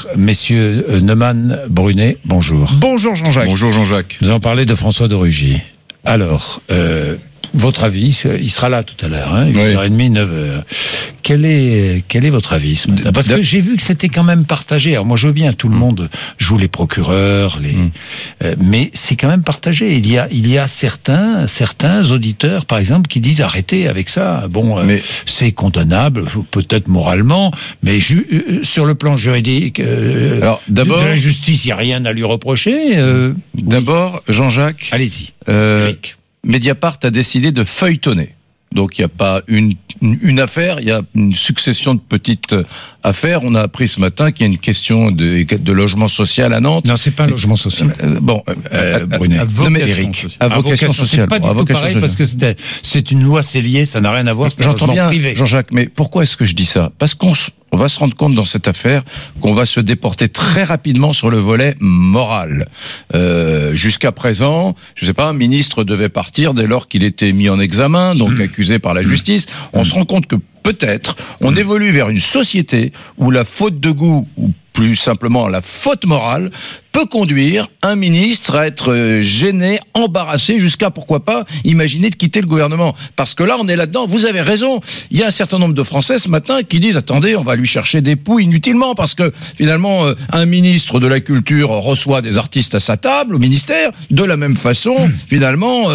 Bonsoir, messieurs Neumann, Brunet, bonjour. Bonjour Jean-Jacques. Bonjour Jean-Jacques. Nous allons parler de François de Rugy. Alors, votre avis, il sera là tout à l'heure, 8h30, 9h. Quel est votre avis ce matin ? Parce que j'ai vu que c'était quand même partagé. Alors moi je veux bien, tout le monde joue les procureurs, mais c'est quand même partagé. Il y a certains auditeurs, par exemple, qui disent arrêtez avec ça. Bon, c'est condamnable, peut-être moralement, mais sur le plan juridique, alors, d'abord, de la justice, il n'y a rien à lui reprocher. D'abord, Jean-Jacques, allez-y. Eric. Mediapart a décidé de feuilletonner. Donc il n'y a pas une affaire, il y a une succession de petites affaires. On a appris ce matin qu'il y a une question de logement social à Nantes. Non, c'est pas un logement social. Brunet. Eric. À vocation sociale. C'est pas du tout pareil parce que c'est une loi, c'est lié, ça n'a rien à voir. J'entends bien, privé. Jean-Jacques, mais pourquoi est-ce que je dis ça ? Parce qu'on va se rendre compte dans cette affaire qu'on va se déporter très rapidement sur le volet moral. Jusqu'à présent, je sais pas, un ministre devait partir dès lors qu'il était mis en examen, donc accusé par la justice. On se rend compte que peut-être on évolue vers une société où la faute de goût, ou plus simplement la faute morale, peut conduire un ministre à être gêné, embarrassé, jusqu'à, pourquoi pas, imaginer de quitter le gouvernement. Parce que là, on est là-dedans. Vous avez raison. Il y a un certain nombre de Français ce matin qui disent, attendez, on va lui chercher des poux inutilement, parce que finalement, un ministre de la Culture reçoit des artistes à sa table, au ministère. De la même façon, finalement,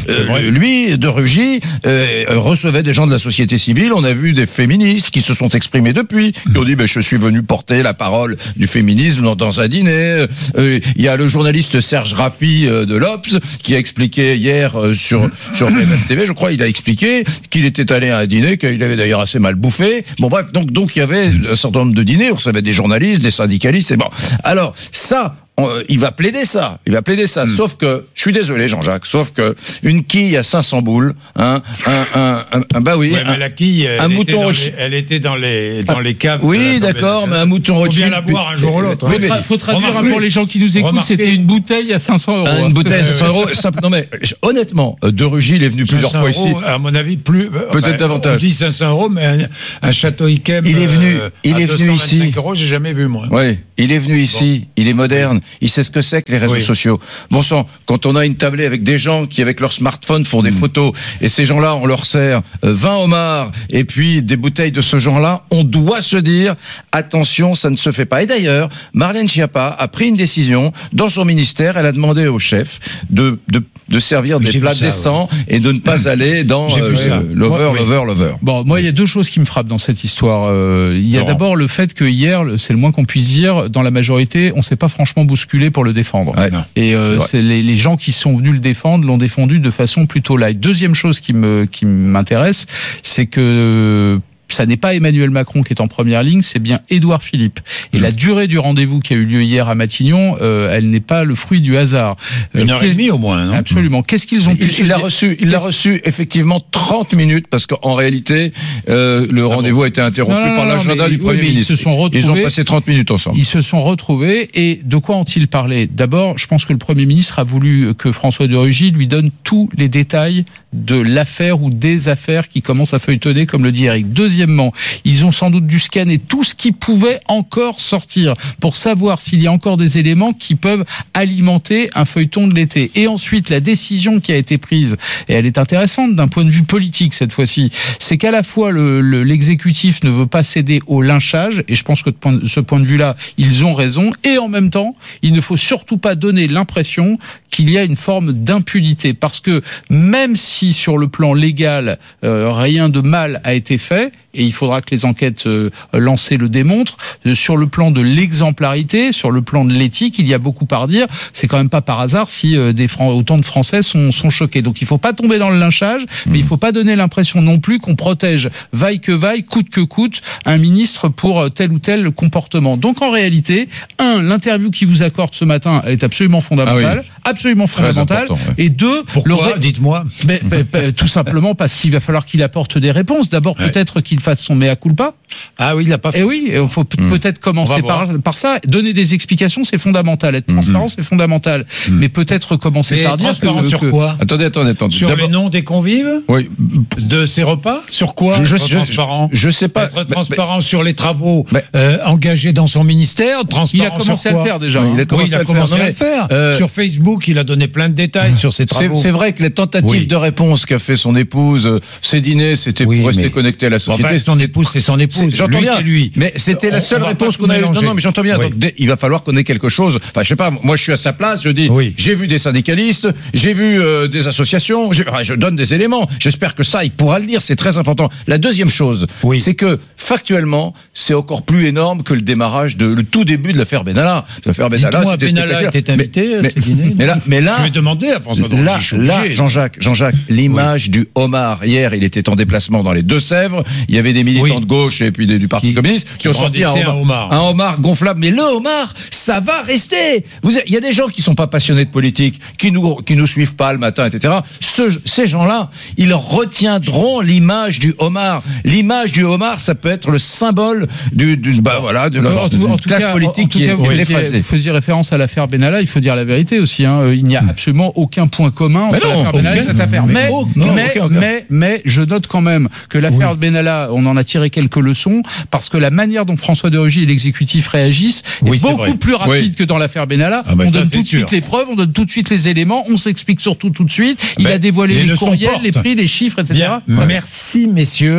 lui, de Rugy, recevait des gens de la société civile. On a vu des féministes qui se sont exprimés depuis, qui ont dit, je suis venu porter la parole du féminisme dans un dîner. Il y a le journaliste Serge Raffi de l'Obs qui a expliqué hier sur BFM TV, je crois, il a expliqué qu'il était allé à un dîner, qu'il avait d'ailleurs assez mal bouffé. Bon bref, donc il y avait un certain nombre de dîners, on recevait des journalistes, des syndicalistes, et bon. Alors ça, il va plaider ça. Sauf que, je suis désolé Jean-Jacques, sauf que une quille à 500 boules, bah oui. Ouais, mais la quille, elle était dans les caves. Oui, d'accord, mais un mouton Rothschild. Faut bien la boire un jour ou l'autre. Faut traduire pour les gens qui nous écoutent, c'était une bouteille à 500 €. Une bouteille à 500 €. Non mais, honnêtement, de Rugy, il est venu plusieurs fois ici. À mon avis, peut-être davantage. On dit 500 €, mais un château Yquem. Il est venu ici. €, j'ai jamais vu, moi. Oui, il est venu ici. Il est moderne. Il sait ce que c'est que les réseaux sociaux. Bon sang, quand on a une tablée avec des gens qui, avec leur smartphone, font des photos, et ces gens-là, on leur sert 20 homards, et puis des bouteilles de ce genre-là, on doit se dire, attention, ça ne se fait pas. Et d'ailleurs, Marlène Schiappa a pris une décision dans son ministère. Elle a demandé au chef de servir des plats décents et de ne pas aller dans lover. Bon, moi, il y a deux choses qui me frappent dans cette histoire. Il y a d'abord le fait que hier, c'est le moins qu'on puisse dire, dans la majorité, on s'est pas franchement bousculé pour le défendre. Ouais, et c'est les gens qui sont venus le défendre l'ont défendu de façon plutôt light. Deuxième chose qui m'intéresse, c'est que ça n'est pas Emmanuel Macron qui est en première ligne, c'est bien Édouard Philippe. Et la durée du rendez-vous qui a eu lieu hier à Matignon, elle n'est pas le fruit du hasard. 1h30 au moins, non ? Absolument. Qu'est-ce qu'ils ont pu... Il l'a reçu effectivement 30 minutes, parce qu'en réalité, le rendez-vous a été interrompu par l'agenda du Premier ministre. Ils ont passé 30 minutes ensemble. Ils se sont retrouvés, et de quoi ont-ils parlé ? D'abord, je pense que le Premier ministre a voulu que François de Rugy lui donne tous les détails de l'affaire ou des affaires qui commencent à feuilletonner, comme le dit Eric. Deuxièmement, ils ont sans doute dû scanner tout ce qui pouvait encore sortir pour savoir s'il y a encore des éléments qui peuvent alimenter un feuilleton de l'été. Et ensuite, la décision qui a été prise, et elle est intéressante d'un point de vue politique cette fois-ci, c'est qu'à la fois l'exécutif ne veut pas céder au lynchage, et je pense que de ce point de vue-là, ils ont raison, et en même temps, il ne faut surtout pas donner l'impression qu'il y a une forme d'impunité, parce que même si sur le plan légal, rien de mal a été fait, et il faudra que les enquêtes lancées le démontrent, sur le plan de l'exemplarité, sur le plan de l'éthique, il y a beaucoup à redire. C'est quand même pas par hasard si autant de Français sont choqués. Donc il faut pas tomber dans le lynchage, mais il faut pas donner l'impression non plus qu'on protège vaille que vaille, coûte que coûte, un ministre pour tel ou tel comportement. Donc en réalité, l'interview qu'il vous accorde ce matin, elle est absolument fondamentale, absolument fondamentale. Et deux, pourquoi, dites-moi. Tout simplement parce qu'il va falloir qu'il apporte des réponses. D'abord, peut-être qu'il fasse son mea culpa. Ah oui, il l'a pas fait. Et oui, il faut peut-être commencer par ça. Donner des explications, c'est fondamental. Être transparent, c'est fondamental. Mais peut-être commencer par dire que... sur quoi ? Attendez. Sur les noms des convives ? Oui. De ces repas ? Sur quoi ? Transparent. Je sais pas. Être transparent sur les travaux engagés dans son ministère. Transparent. Il a commencé à le faire déjà. Il a commencé à le faire. Sur Facebook, il a donné plein de détails sur ses travaux. C'est vrai que les tentatives de réponse qu'a fait son épouse, ses dîners, c'était pour rester connecté à la société. Enfin, son épouse, c'est son épouse. J'entends bien. C'est lui. Mais c'était la seule réponse qu'on a eue. Non, mais j'entends bien. Donc, il va falloir qu'on ait quelque chose. Enfin, je sais pas. Moi, je suis à sa place. Je dis, j'ai vu des syndicalistes, j'ai vu des associations. Je donne des éléments. J'espère que ça, il pourra le dire. C'est très important. La deuxième chose, c'est que factuellement, c'est encore plus énorme que le démarrage le tout début de l'affaire Benalla. L'affaire Benalla, Benalla était invité. Mais là, je vais demander à François Dorugy. Là, Jean-Jacques, l'image du homard. Hier, il était en déplacement dans les Deux-Sèvres. Il y avait des militants de gauche et puis du Parti communiste qui ont sorti un homard gonflable. Mais le homard, ça va rester. Il y a des gens qui sont pas passionnés de politique, qui nous suivent pas le matin, etc. Ces gens-là, ils retiendront l'image du homard. L'image du homard, ça peut être le symbole d'une classe politique qui est déphasée. Vous faisiez référence à l'affaire Benalla, il faut dire la vérité aussi. Il n'y a absolument aucun point commun entre l'affaire Benalla et cette affaire. Mais je note quand même que l'affaire Benalla, on en a tiré quelques leçons, parce que la manière dont François de Rugy et l'exécutif réagissent est beaucoup plus rapide que dans l'affaire Benalla. On donne tout de suite les preuves, on donne tout de suite les éléments, on s'explique surtout tout de suite. Il a dévoilé les courriels, les prix, les chiffres, etc. Merci, messieurs.